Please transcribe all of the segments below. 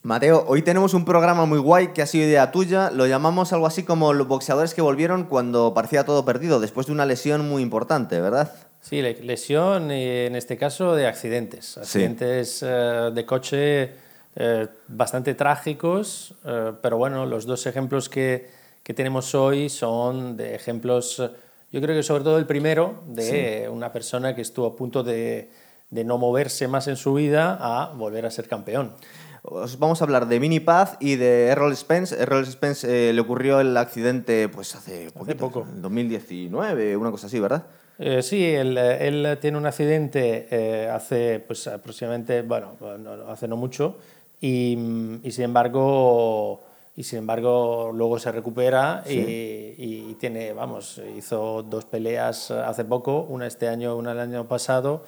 Mateo, hoy tenemos un programa muy guay que ha sido idea tuya. Lo llamamos algo así como los boxeadores que volvieron cuando parecía todo perdido, después de una lesión muy importante, ¿verdad? Sí, lesión en este caso de accidentes. Accidentes de coche bastante trágicos, pero bueno, los dos ejemplos que tenemos hoy son de ejemplos, yo creo que sobre todo el primero, de una persona que estuvo a punto de no moverse más en su vida a volver a ser campeón. Os vamos a hablar de Vinny Paz y de Errol Spence. Errol Spence le ocurrió el accidente pues hace poco, en 2019, una cosa así, ¿verdad? Sí, él tiene un accidente hace pues aproximadamente, bueno, hace no mucho, y sin embargo luego se recupera y tiene, vamos, hizo 2 peleas hace poco, una este año, una el año pasado,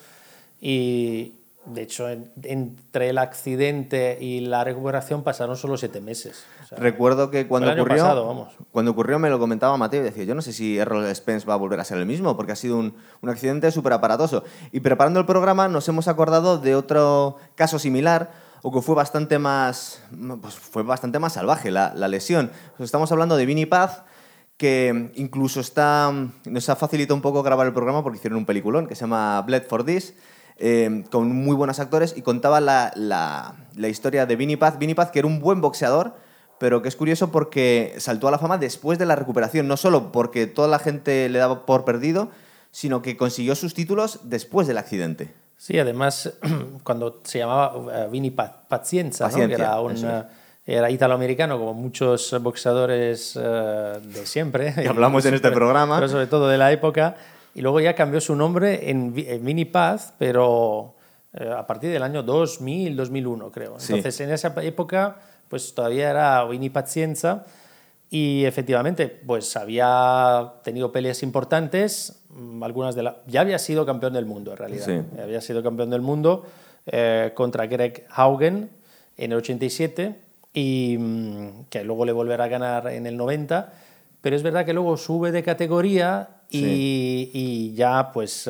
y de hecho entre el accidente y la recuperación pasaron solo 7 meses. O sea, recuerdo que cuando ocurrió me lo comentaba Mateo y decía, yo no sé si Errol Spence va a volver a ser el mismo porque ha sido un accidente súper aparatoso. Y preparando el programa nos hemos acordado de otro caso similar, o que fue bastante más salvaje la lesión. Estamos hablando de Vinny Paz, que incluso nos ha facilitado un poco grabar el programa porque hicieron un peliculón que se llama Bled for This, con muy buenos actores, y contaba la historia de Vinny Paz. Vinny Paz, que era un buen boxeador, pero que es curioso porque saltó a la fama después de la recuperación, no solo porque toda la gente le daba por perdido, sino que consiguió sus títulos después del accidente. Sí, además, cuando se llamaba Vinny Pazienza, ¿no? Que era italoamericano, como muchos boxeadores de siempre. Que hablamos en este programa. Pero sobre todo de la época. Y luego ya cambió su nombre en Vinny Paz, pero a partir del año 2000, 2001, creo. Entonces, en esa época, pues todavía era Vinny Pazienza. Y efectivamente, pues había tenido peleas importantes, ya había sido campeón del mundo en realidad. Sí. Había sido campeón del mundo contra Greg Haugen en el 87 y que luego le volverá a ganar en el 90, pero es verdad que luego sube de categoría y ya pues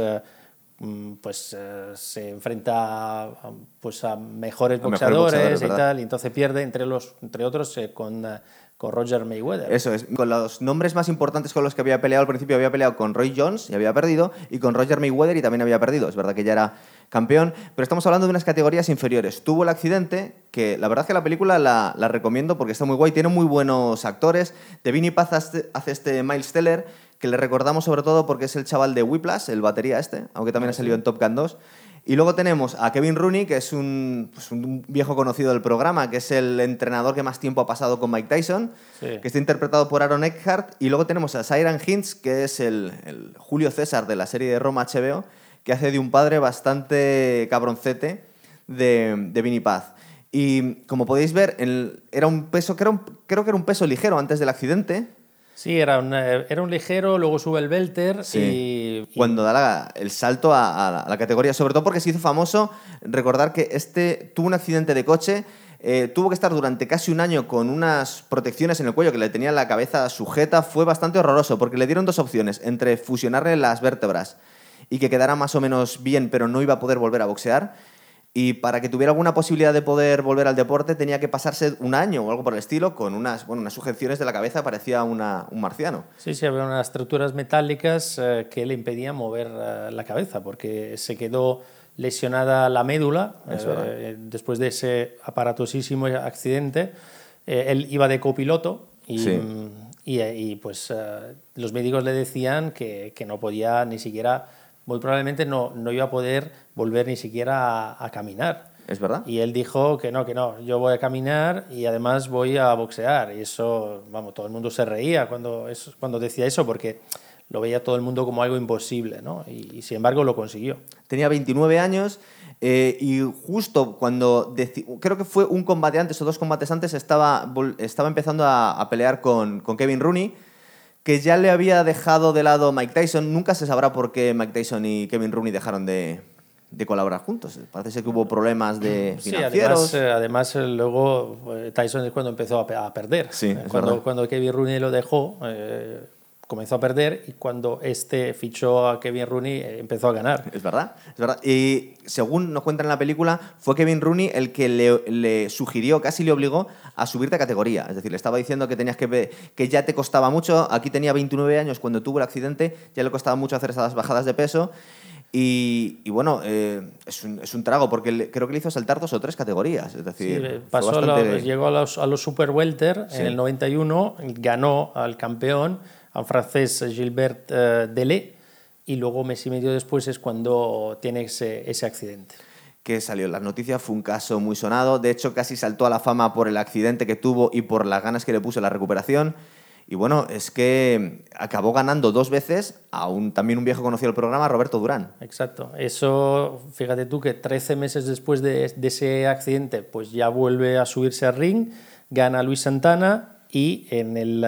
se enfrenta pues a mejores boxeadores y tal, y entonces pierde entre otros con Roger Mayweather. Eso es, con los nombres más importantes con los que había peleado al principio. Había peleado con Roy Jones y había perdido, y con Roger Mayweather y también había perdido. Es verdad que ya era campeón, pero estamos hablando de unas categorías inferiores. Tuvo el accidente, que la verdad es que la película la recomiendo porque está muy guay, tiene muy buenos actores. De Vinny Paz hace este Miles Teller, que le recordamos sobre todo porque es el chaval de Whiplash, el batería aunque también ha salido en Top Gun 2. Y luego tenemos a Kevin Rooney, que es un viejo conocido del programa, que es el entrenador que más tiempo ha pasado con Mike Tyson, que está interpretado por Aaron Eckhart. Y luego tenemos a Ciaran Hinds, que es el Julio César de la serie de Roma HBO, que hace de un padre bastante cabroncete de Vinny Paz. Y como podéis ver, era un peso, creo que era un peso ligero antes del accidente. Sí, era un ligero, luego sube el welter y cuando da el salto a la categoría, sobre todo porque se hizo famoso. Recordar que tuvo un accidente de coche, tuvo que estar durante casi un año con unas protecciones en el cuello que le tenían la cabeza sujeta. Fue bastante horroroso porque le dieron 2 opciones, entre fusionarle las vértebras y que quedara más o menos bien, pero no iba a poder volver a boxear. Y para que tuviera alguna posibilidad de poder volver al deporte tenía que pasarse un año o algo por el estilo con unas sujeciones de la cabeza, parecía un marciano. Sí, había unas estructuras metálicas que le impedían mover la cabeza porque se quedó lesionada la médula después de ese aparatosísimo accidente. Él iba de copiloto y pues los médicos le decían que no podía ni siquiera... Muy probablemente no iba a poder volver ni siquiera a caminar. ¿Es verdad? Y él dijo que no, yo voy a caminar y además voy a boxear. Y eso, vamos, todo el mundo se reía cuando decía eso porque lo veía todo el mundo como algo imposible, ¿no? Y sin embargo lo consiguió. Tenía 29 años y justo cuando creo que fue un combate antes o 2 combates antes estaba empezando a pelear con Kevin Rooney, que ya le había dejado de lado Mike Tyson. Nunca se sabrá por qué Mike Tyson y Kevin Rooney dejaron de colaborar juntos. Parece ser que hubo problemas financieros. Sí, además luego Tyson es cuando empezó a perder. Sí, cuando Kevin Rooney lo dejó, comenzó a perder y cuando fichó a Kevin Rooney empezó a ganar. Es verdad, es verdad. Y según nos cuentan en la película, fue Kevin Rooney el que le sugirió, casi le obligó a subir de categoría. Es decir, le estaba diciendo que tenías que ya te costaba mucho. Aquí tenía 29 años cuando tuvo el accidente, ya le costaba mucho hacer esas bajadas de peso. Y bueno, es un trago, porque creo que le hizo saltar 2 o 3 categorías. Es decir, sí, llegó a los Super Welter en el 91, ganó al campeón, a un francés, Gilbert Delay, y luego mes y medio después es cuando tiene ese accidente. Que salió en las noticias, fue un caso muy sonado. De hecho, casi saltó a la fama por el accidente que tuvo y por las ganas que le puso en la recuperación. Y bueno, es que acabó ganando 2 veces a también un viejo conocido del programa, Roberto Durán. Exacto. Eso, fíjate tú que 13 meses después de ese accidente, pues ya vuelve a subirse al ring, gana a Luis Santana y en el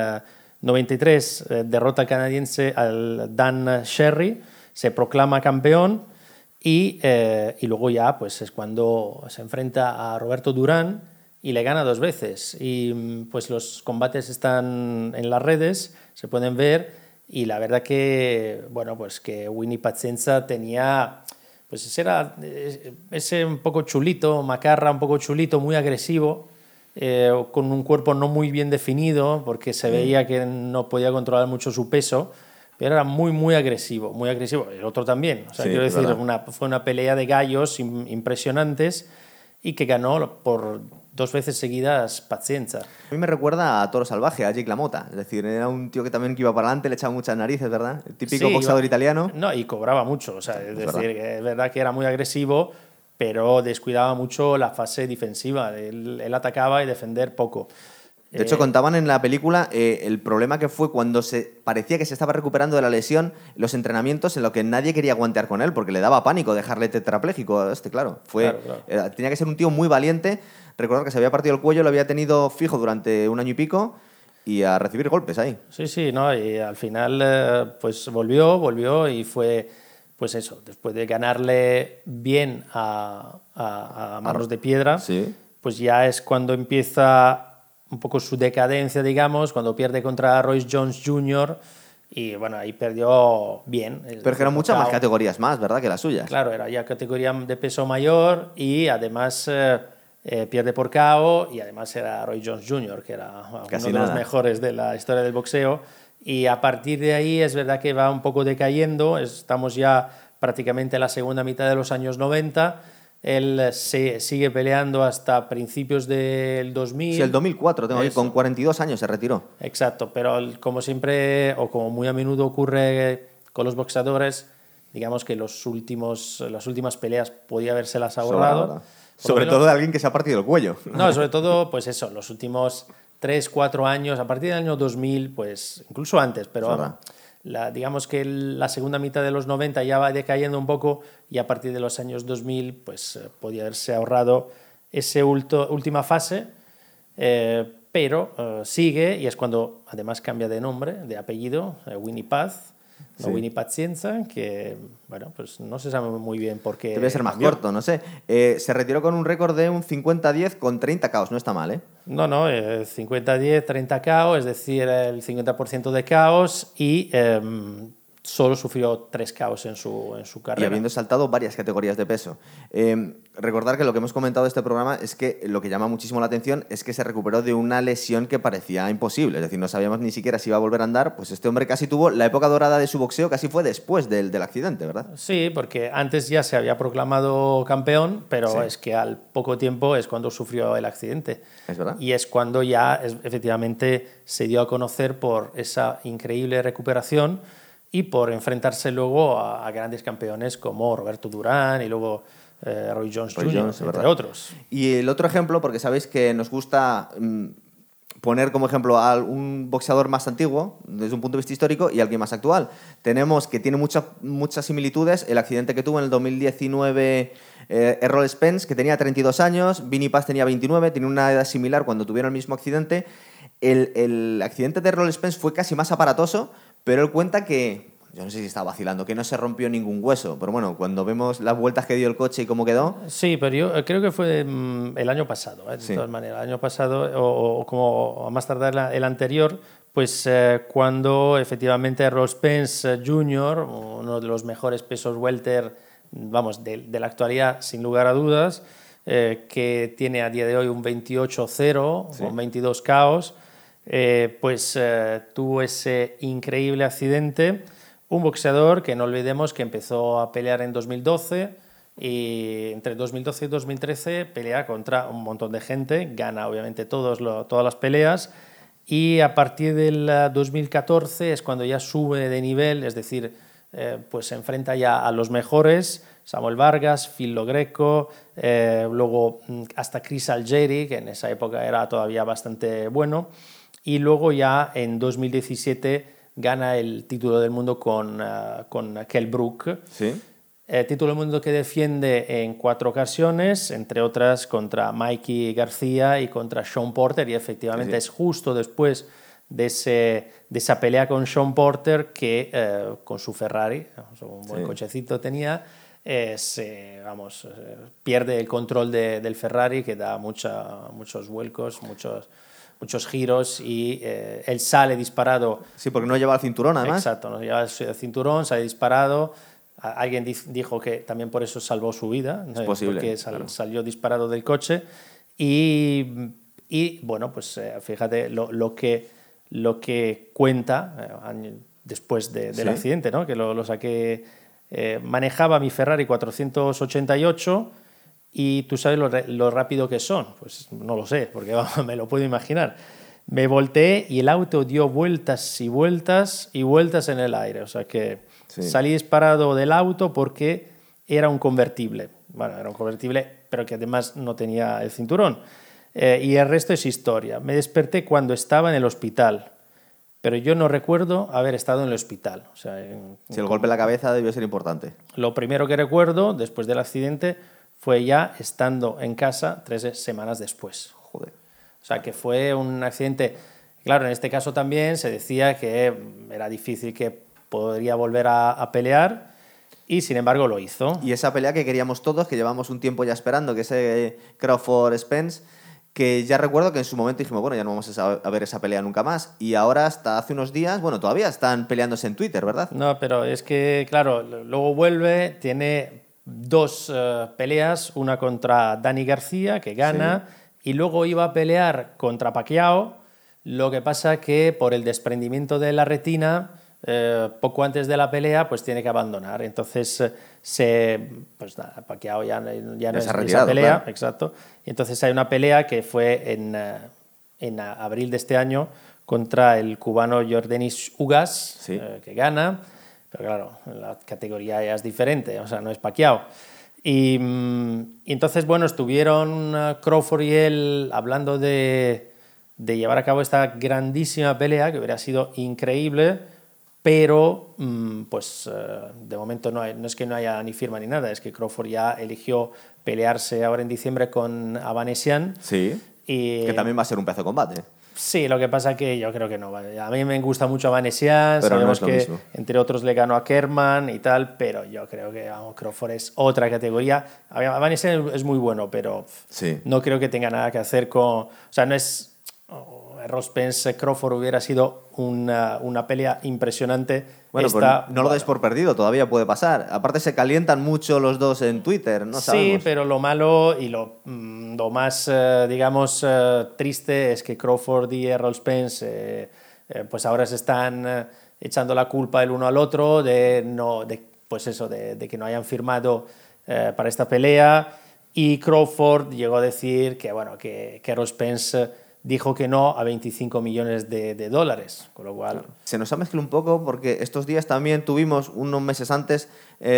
93 derrota canadiense al Dan Sherry, se proclama campeón y luego ya pues es cuando se enfrenta a Roberto Durán y le gana 2 veces. Y pues los combates están en las redes, se pueden ver, y la verdad que, bueno, pues que Winnie Pazienza tenía, pues era ese un poco chulito, macarra, un poco chulito, muy agresivo, con un cuerpo no muy bien definido, porque se veía que no podía controlar mucho su peso, pero era muy, muy agresivo, muy agresivo. El otro también, o sea, sí, quiero decir, fue una pelea de gallos impresionantes y que ganó por 2 veces seguidas Pazienza. A mí me recuerda a Toro Salvaje, a Jake LaMotta. Es decir, era un tío que también iba para adelante, le echaba muchas narices, ¿verdad? El típico boxeador italiano. No, y cobraba mucho. O sea, es decir, que es verdad que era muy agresivo, pero descuidaba mucho la fase defensiva. Él atacaba y defender poco. De hecho, contaban en la película el problema que fue cuando parecía que se estaba recuperando de la lesión, los entrenamientos en los que nadie quería aguantar con él, porque le daba pánico dejarle tetrapléjico. Claro. Tenía que ser un tío muy valiente. Recordar que se había partido el cuello, lo había tenido fijo durante 1 año y pico, y a recibir golpes ahí. Sí, no, y al final pues volvió y fue, pues eso, después de ganarle bien a Manos de Piedra, sí, pues ya es cuando empieza un poco su decadencia, digamos, cuando pierde contra Roy Jones Jr., y bueno, ahí perdió bien. Pero que eran muchas más categorías más, ¿verdad?, que las suyas. Claro, era ya categoría de peso mayor y además pierde por KO, y además era Roy Jones Jr., que era uno de los mejores de la historia del boxeo, y a partir de ahí es verdad que va un poco decayendo. Estamos ya prácticamente en la segunda mitad de los años 90. Él sigue peleando hasta principios del 2000. Sí, el 2004, tengo ahí, con 42 años se retiró. Exacto, pero como siempre, o como muy a menudo ocurre con los boxeadores, digamos que las últimas peleas podía habérselas ahorrado. Sobre todo de alguien que se ha partido el cuello. No, sobre todo, pues eso, los últimos 3, 4 años, a partir del año 2000, pues incluso antes, pero digamos que la segunda mitad de los 90 ya va decayendo un poco, y a partir de los años 2000 pues podía haberse ahorrado esa última fase, pero sigue, y es cuando además cambia de nombre, de apellido, Winnie Paz. No, Winnie Pazienza, que bueno, pues no se sabe muy bien por qué. Debe ser más corto, no sé. Se retiró con un récord de un 50-10 con 30 KOs, no está mal, ¿eh? No, 50-10, 30 KO, es decir, el 50% de KOs, y solo sufrió 3 KOs en su carrera. Y habiendo saltado varias categorías de peso. Recordar que lo que hemos comentado de este programa es que lo que llama muchísimo la atención es que se recuperó de una lesión que parecía imposible. Es decir, no sabíamos ni siquiera si iba a volver a andar. Pues este hombre casi tuvo la época dorada de su boxeo, casi fue después del accidente, ¿verdad? Sí, porque antes ya se había proclamado campeón, pero es que al poco tiempo es cuando sufrió el accidente. Es verdad. Y es cuando ya efectivamente se dio a conocer por esa increíble recuperación y por enfrentarse luego a grandes campeones como Roberto Durán y luego Roy Jones Jr., entre otros. Y el otro ejemplo, porque sabéis que nos gusta poner como ejemplo a un boxeador más antiguo desde un punto de vista histórico y alguien más actual. Tenemos que tiene muchas similitudes el accidente que tuvo en el 2019 Errol Spence, que tenía 32 años, Vinny Paz tenía 29, tiene una edad similar cuando tuvieron el mismo accidente. El accidente de Errol Spence fue casi más aparatoso, pero él cuenta que, yo no sé si estaba vacilando, que no se rompió ningún hueso. Pero bueno, cuando vemos las vueltas que dio el coche y cómo quedó... Sí, pero yo creo que fue el año pasado, de todas maneras. El año pasado, o como a más tardar el anterior, pues cuando efectivamente Errol Spence Jr., uno de los mejores pesos welter, vamos, de la actualidad sin lugar a dudas, que tiene a día de hoy un 28-0, Sí. con 22 KOs, pues tuvo ese increíble accidente. Un boxeador que no olvidemos que empezó a pelear en 2012 y entre 2012 y 2013 pelea contra un montón de gente, gana obviamente todas las peleas, y a partir del 2014 es cuando ya sube de nivel, es decir, pues se enfrenta ya a los mejores, Samuel Vargas, Phil Lo Greco, luego hasta Chris Algieri, que en esa época era todavía bastante bueno, y luego ya en 2017 gana el título del mundo con Kell Brook. Sí. Título del mundo que defiende en 4 ocasiones, entre otras contra Mikey García y contra Sean Porter, y efectivamente Sí. es justo después de esa pelea con Sean Porter que con su Ferrari, un buen cochecito tenía, pierde el control del Ferrari, que da muchos vuelcos, muchos giros, y él sale disparado. Sí, porque no lleva el cinturón, además. Exacto, no lleva el cinturón, sale disparado. Alguien dijo que también por eso salvó su vida, es posible, porque claro. salió disparado del coche. Y bueno, pues fíjate lo que cuenta después del accidente, ¿no? Que lo saqué. Manejaba mi Ferrari 488 y tú sabes lo rápido que son. Pues no lo sé, porque me lo puedo imaginar. Me volteé y el auto dio vueltas y vueltas y vueltas en el aire. O sea que salí disparado del auto porque era un convertible. Bueno, era un convertible, pero que además no tenía el cinturón. Y el resto es historia. Me desperté cuando estaba en el hospital, pero yo no recuerdo haber estado en el hospital. O sea, Si el golpe en la cabeza debió ser importante. Lo primero que recuerdo después del accidente fue ya estando en casa 3 semanas después. Joder. O sea, que fue un accidente. Claro, en este caso también se decía que era difícil, que podría volver a pelear, y sin embargo lo hizo. Y esa pelea que queríamos todos, que llevamos un tiempo ya esperando, que es Crawford-Spence, que ya recuerdo que en su momento dijimos, bueno, ya no vamos a ver esa pelea nunca más. Y ahora, hasta hace unos días, bueno, todavía están peleándose en Twitter, ¿verdad? No, pero es que, claro, luego vuelve, tiene 2 peleas, una contra Dani García, que gana, y luego iba a pelear contra Pacquiao. Lo que pasa que por el desprendimiento de la retina, poco antes de la pelea, pues tiene que abandonar. Entonces, pues nada, Pacquiao ya no es de esa pelea. Claro. Exacto. Y entonces hay una pelea que fue en abril de este año contra el cubano Yordenis Ugas, que gana. Pero claro, la categoría ya es diferente, o sea, no es Pacquiao. Y entonces, bueno, estuvieron Crawford y él hablando de llevar a cabo esta grandísima pelea, que hubiera sido increíble, pero pues de momento no es que no haya ni firma ni nada, es que Crawford ya eligió pelearse ahora en diciembre con Avanesyan. Sí, que también va a ser un pedazo de combate. Sí, lo que pasa que yo creo que no. A mí me gusta mucho Avanesyan, sabemos no es que entre otros le ganó a Kerman y tal, pero yo creo que Crawford es otra categoría. Avanesyan es muy bueno, pero no creo que tenga nada que hacer con... O sea, no es... Errol Spence Crawford hubiera sido una pelea impresionante. Bueno, pues no lo des por perdido, todavía puede pasar. Aparte se calientan mucho los dos en Twitter, no sabemos. Sí, pero lo malo y lo más, digamos, triste es que Crawford y Errol Spence pues ahora se están echando la culpa el uno al otro de que no hayan firmado para esta pelea, y Crawford llegó a decir que, bueno, que Errol Spence dijo que no a 25 millones de dólares, con lo cual... Se nos ha mezclado un poco porque estos días también tuvimos, unos meses antes,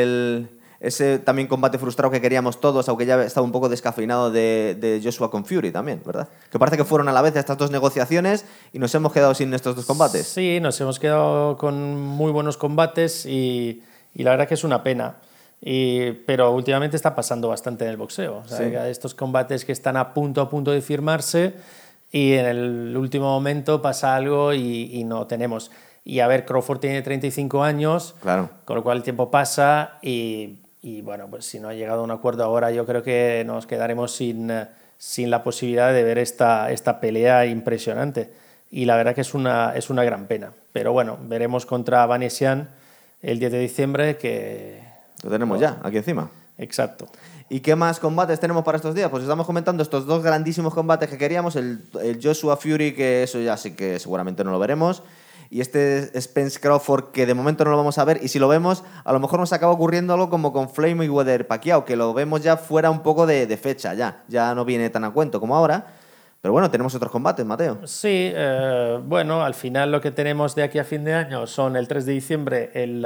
ese también combate frustrado que queríamos todos, aunque ya estaba un poco descafeinado, de Joshua con Fury también, ¿verdad? Que parece que fueron a la vez estas 2 negociaciones y nos hemos quedado sin estos 2 combates. Sí, nos hemos quedado con muy buenos combates y la verdad que es una pena. Pero últimamente está pasando bastante en el boxeo. O sea, estos combates que están a punto de firmarse, y en el último momento pasa algo y no tenemos. Y a ver, Crawford tiene 35 años, claro, con lo cual el tiempo pasa y bueno, pues si no ha llegado a un acuerdo ahora, yo creo que nos quedaremos sin la posibilidad de ver esta pelea impresionante. y la verdad que es una gran pena. Pero bueno, veremos contra Vanessian el 10 de diciembre que... Lo tenemos ya, aquí encima. Exacto. ¿Y qué más combates tenemos para estos días? Pues estamos comentando estos dos grandísimos combates que queríamos, el Joshua Fury, que eso ya sí que seguramente no lo veremos, y este Spence Crawford, que de momento no lo vamos a ver, y si lo vemos, a lo mejor nos acaba ocurriendo algo como con Floyd Mayweather Pacquiao, que lo vemos ya fuera un poco de fecha, ya no viene tan a cuento como ahora. Pero bueno, tenemos otros combates, Mateo. Sí, bueno, al final lo que tenemos de aquí a fin de año son el 3 de diciembre el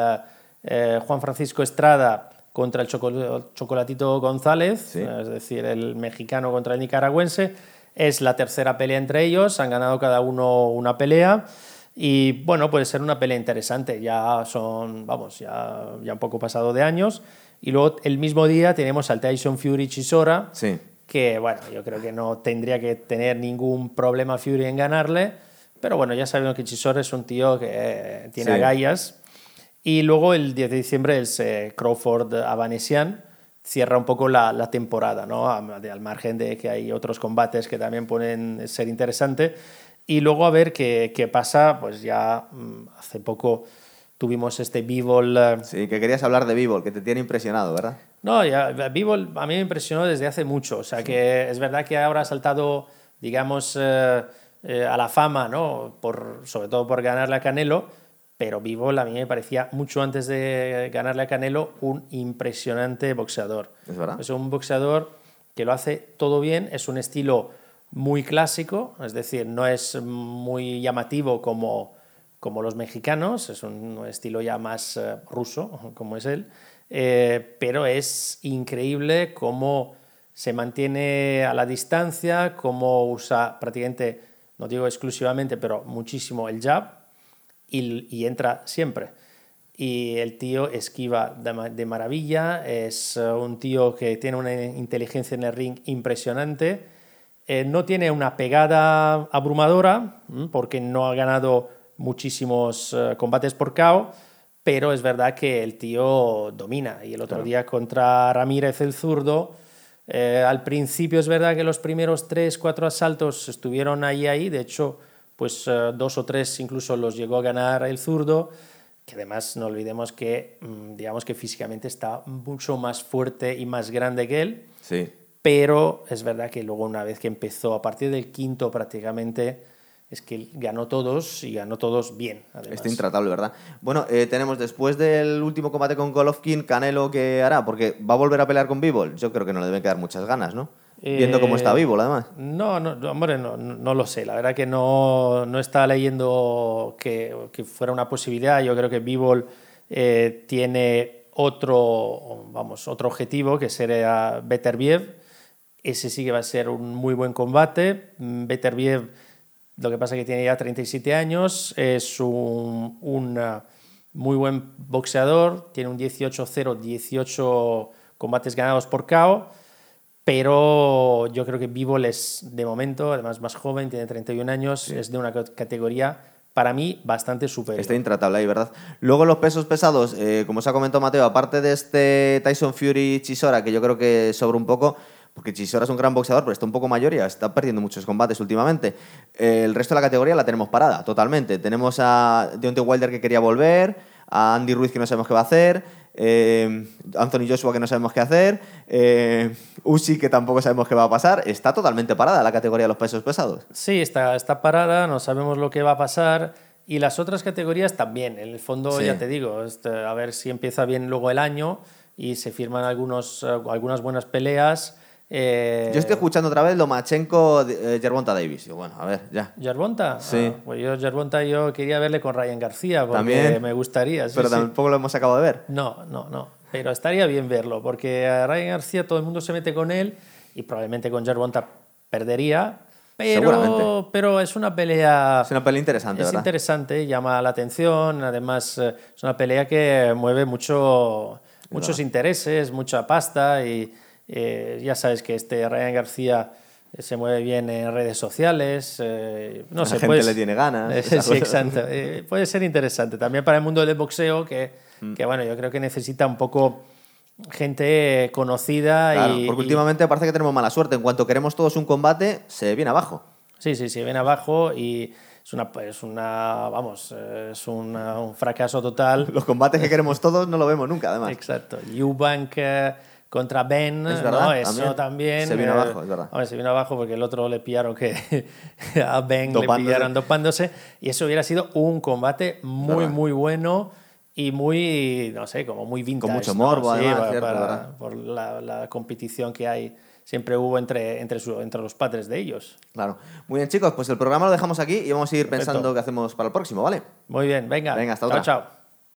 Juan Francisco Estrada contra el Chocolatito González, sí. Es decir, el mexicano contra el nicaragüense. Es la tercera pelea entre ellos, han ganado cada uno una pelea y bueno, puede ser una pelea interesante. Ya son, vamos, ya un poco pasado de años. Y luego el mismo día tenemos al Tyson Fury Chisora. Sí. Que bueno, yo creo que no tendría que tener ningún problema Fury en ganarle, pero bueno, ya sabemos que Chisora es un tío que tiene sí. agallas. Y luego el 10 de diciembre es Crawford a Vanessian, cierra un poco la temporada, ¿no? Al margen de que hay otros combates que también pueden ser interesantes. Y luego a ver qué pasa, pues ya hace poco tuvimos este Bivol. Sí, que querías hablar de Bivol, que te tiene impresionado, ¿verdad? No, ya, Bivol a mí me impresionó desde hace mucho. O sea, sí. Que es verdad que ahora ha saltado, digamos, a la fama, ¿no? Sobre todo por ganarle a Canelo, pero Bivol a mí me parecía, mucho antes de ganarle a Canelo, un impresionante boxeador. ¿Es verdad? Es un boxeador que lo hace todo bien, es un estilo muy clásico, es decir, no es muy llamativo como los mexicanos, es un estilo ya más ruso, como es él. Pero es increíble cómo se mantiene a la distancia, cómo usa prácticamente, no digo exclusivamente, pero muchísimo el jab y entra siempre. Y el tío esquiva de maravilla, es un tío que tiene una inteligencia en el ring impresionante, no tiene una pegada abrumadora, porque no ha ganado muchísimos combates por KO, pero es verdad que el tío domina. Y el otro día contra Ramírez el zurdo, al principio es verdad que los primeros 3-4 asaltos estuvieron ahí, de hecho, pues 2 o 3 incluso los llegó a ganar el zurdo, que además no olvidemos que, digamos que físicamente está mucho más fuerte y más grande que él. Sí. Pero es verdad que luego, una vez que empezó, a partir del quinto prácticamente, es que ganó todos y ganó todos bien, además. Está intratable, ¿verdad? Bueno, tenemos después del último combate con Golovkin, Canelo, ¿qué hará? Porque va a volver a pelear con Bivol. Yo creo que no le deben quedar muchas ganas, ¿no? Viendo cómo está Bivol, además. No, hombre, no lo sé. La verdad que no está leyendo que fuera una posibilidad. Yo creo que Bivol tiene otro objetivo, que sería Beterbiev. Ese sí que va a ser un muy buen combate. Beterbiev, lo que pasa es que tiene ya 37 años, es un muy buen boxeador, tiene un 18-0, 18 combates ganados por KO, pero yo creo que Bivol es, de momento, además más joven, tiene 31 años, sí. Es de una categoría, para mí, bastante superior. Está intratable ahí, ¿verdad? Luego los pesos pesados, como os ha comentado Mateo, aparte de este Tyson Fury Chisora, que yo creo que sobra un poco, porque Chisora es un gran boxeador, pero está un poco mayor y está perdiendo muchos combates últimamente. El resto de la categoría la tenemos parada, totalmente. Tenemos a Deontay Wilder, que quería volver, a Andy Ruiz, que no sabemos qué va a hacer, Anthony Joshua, que no sabemos qué hacer, Usyk, que tampoco sabemos qué va a pasar. Está totalmente parada la categoría de los pesos pesados. Sí, está parada, no sabemos lo que va a pasar. Y las otras categorías también. En el fondo, sí. Ya te digo, a ver si empieza bien luego el año y se firman algunas buenas peleas. Yo estoy escuchando otra vez Lomachenko, Gervonta Davis. Bueno, a ver, ya. ¿Gervonta? Sí. Pues Gervonta yo quería verle con Ryan García, porque ¿también? Me gustaría. Sí, pero tampoco lo hemos acabado de ver. No. Pero estaría bien verlo, porque a Ryan García todo el mundo se mete con él y probablemente con Gervonta perdería. Pero es una pelea... Es una pelea interesante, ¿verdad? Es interesante, llama la atención. Además, es una pelea que mueve muchos intereses, mucha pasta y... ya sabes que Ryan García se mueve bien en redes sociales. La gente le tiene ganas. Sí, exacto. Puede ser interesante. También para el mundo del boxeo, que bueno, yo creo que necesita un poco gente conocida. Claro, porque últimamente parece que tenemos mala suerte. En cuanto queremos todos un combate, se viene abajo. Sí, se viene abajo y es un fracaso total. Los combates que queremos todos no lo vemos nunca, además. Exacto. Eubank contra Ben, es verdad, ¿no? Eso también se vino abajo, es verdad. Se vino abajo porque el otro le pillaron que a Ben Dopándose. le pillaron dopándose, y eso hubiera sido un combate muy, muy bueno y muy, no sé, como muy vintage. Con mucho morbo, ¿no? Sí, además, cierto, por la competición que hay, siempre hubo entre los padres de ellos. Claro. Muy bien, chicos, pues el programa lo dejamos aquí y vamos a ir pensando qué hacemos para el próximo, ¿vale? Muy bien, venga. Venga, hasta otra. Chao, chao.